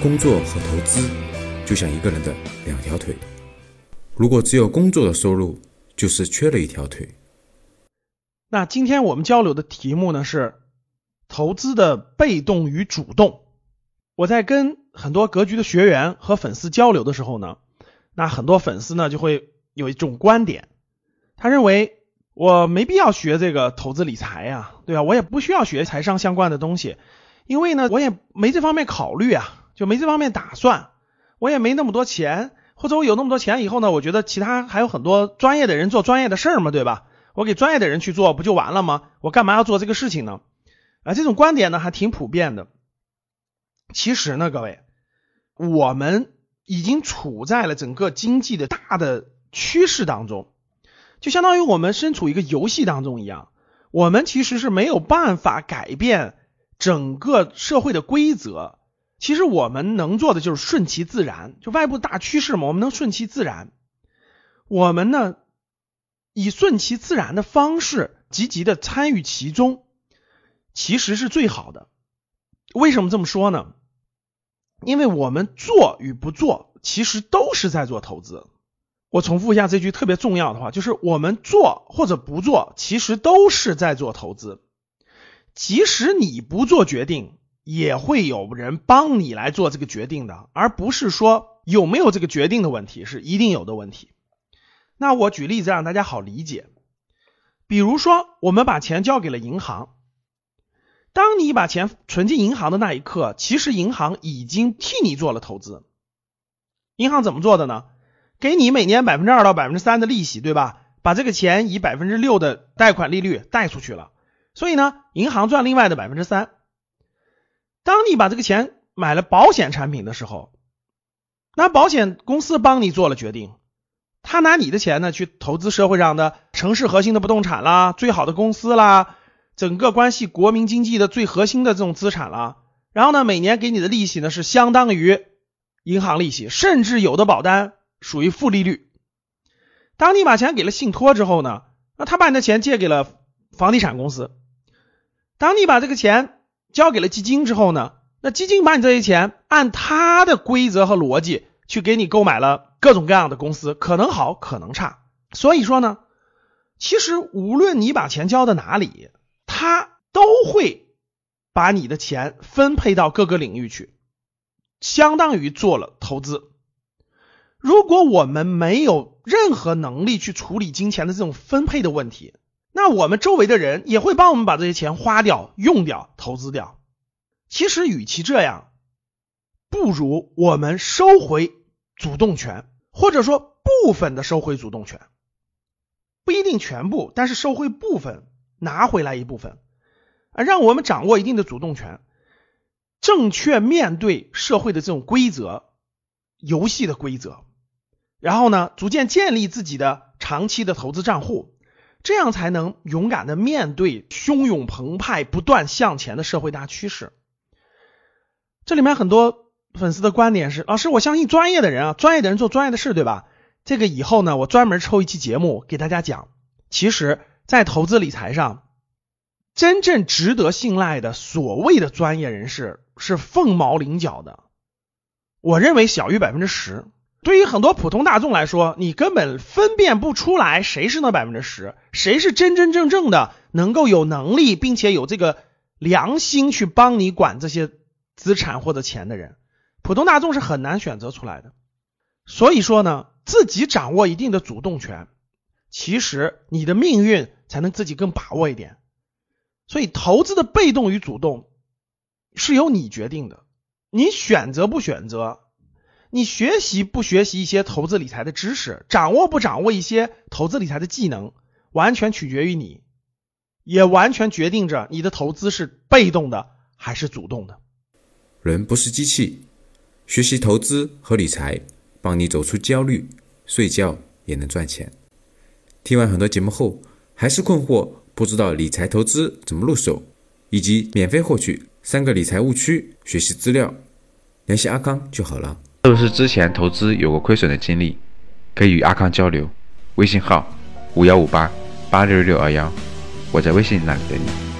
工作和投资就像一个人的两条腿，如果只有工作的收入，就是缺了一条腿。 那今天我们交流的题目呢是投资的被动与主动。我在跟很多格局的学员和粉丝交流的时候呢，那很多粉丝呢就会有一种观点，他认为我没必要学这个投资理财啊，对吧？我也不需要学财商相关的东西，因为呢我也没这方面考虑啊，就没这方面打算，我也没那么多钱，或者我有那么多钱以后呢，我觉得其他还有很多专业的人做专业的事儿嘛，对吧？我给专业的人去做不就完了吗？我干嘛要做这个事情呢？这种观点呢还挺普遍的。其实呢，各位，我们已经处在了整个经济的大的趋势当中，就相当于我们身处一个游戏当中一样，我们其实是没有办法改变整个社会的规则，其实我们能做的就是顺其自然，就外部大趋势嘛，我们能顺其自然。我们呢，以顺其自然的方式积极的参与其中，其实是最好的。为什么这么说呢？因为我们做与不做其实都是在做投资。我重复一下这句特别重要的话，就是我们做或者不做其实都是在做投资。即使你不做决定，也会有人帮你来做这个决定的，而不是说有没有这个决定的问题，是一定有的问题。那我举例子让大家好理解，比如说我们把钱交给了银行，当你把钱存进银行的那一刻，其实银行已经替你做了投资。银行怎么做的呢？给你每年 2% 到 3% 的利息，对吧？把这个钱以 6% 的贷款利率贷出去了，所以呢，银行赚另外的 3%。当你把这个钱买了保险产品的时候，那保险公司帮你做了决定，他拿你的钱呢去投资社会上的城市核心的不动产啦，最好的公司啦，整个关系国民经济的最核心的这种资产啦，然后呢每年给你的利息呢是相当于银行利息，甚至有的保单属于负利率。当你把钱给了信托之后呢，那他把你的钱借给了房地产公司。当你把这个钱交给了基金之后呢，那基金把你这些钱按他的规则和逻辑去给你购买了各种各样的公司，可能好可能差。所以说呢，其实无论你把钱交到哪里，他都会把你的钱分配到各个领域去，相当于做了投资。如果我们没有任何能力去处理金钱的这种分配的问题，那我们周围的人也会帮我们把这些钱花掉、用掉、投资掉。其实与其这样，不如我们收回主动权，或者说部分的收回主动权，不一定全部，但是收回部分，拿回来一部分，让我们掌握一定的主动权，正确面对社会的这种规则，游戏的规则，然后呢，逐渐建立自己的长期的投资账户，这样才能勇敢的面对汹涌澎湃不断向前的社会大趋势。这里面很多粉丝的观点是，老师我相信专业的人啊，专业的人做专业的事，对吧？这个以后呢我专门抽一期节目给大家讲。其实在投资理财上，真正值得信赖的所谓的专业人士是凤毛麟角的，我认为小于 10%。 对于很多普通大众来说，你根本分辨不出来谁是那 10%， 谁是真真正正的能够有能力并且有这个良心去帮你管这些资产或者钱的人，普通大众是很难选择出来的。所以说呢，自己掌握一定的主动权，其实你的命运才能自己更把握一点。所以投资的被动与主动是由你决定的，你选择不选择，你学习不学习一些投资理财的知识，掌握不掌握一些投资理财的技能，完全取决于你，也完全决定着你的投资是被动的还是主动的。 人不是机器，学习投资和理财，帮你走出焦虑，睡觉也能赚钱。听完很多节目后，还是困惑，不知道理财投资怎么入手，以及免费获取3个理财误区学习资料，联系阿康就好了。 是不是之前投资有过亏损的经历，可以与阿康交流，微信号5158866621，我在微信那里等你。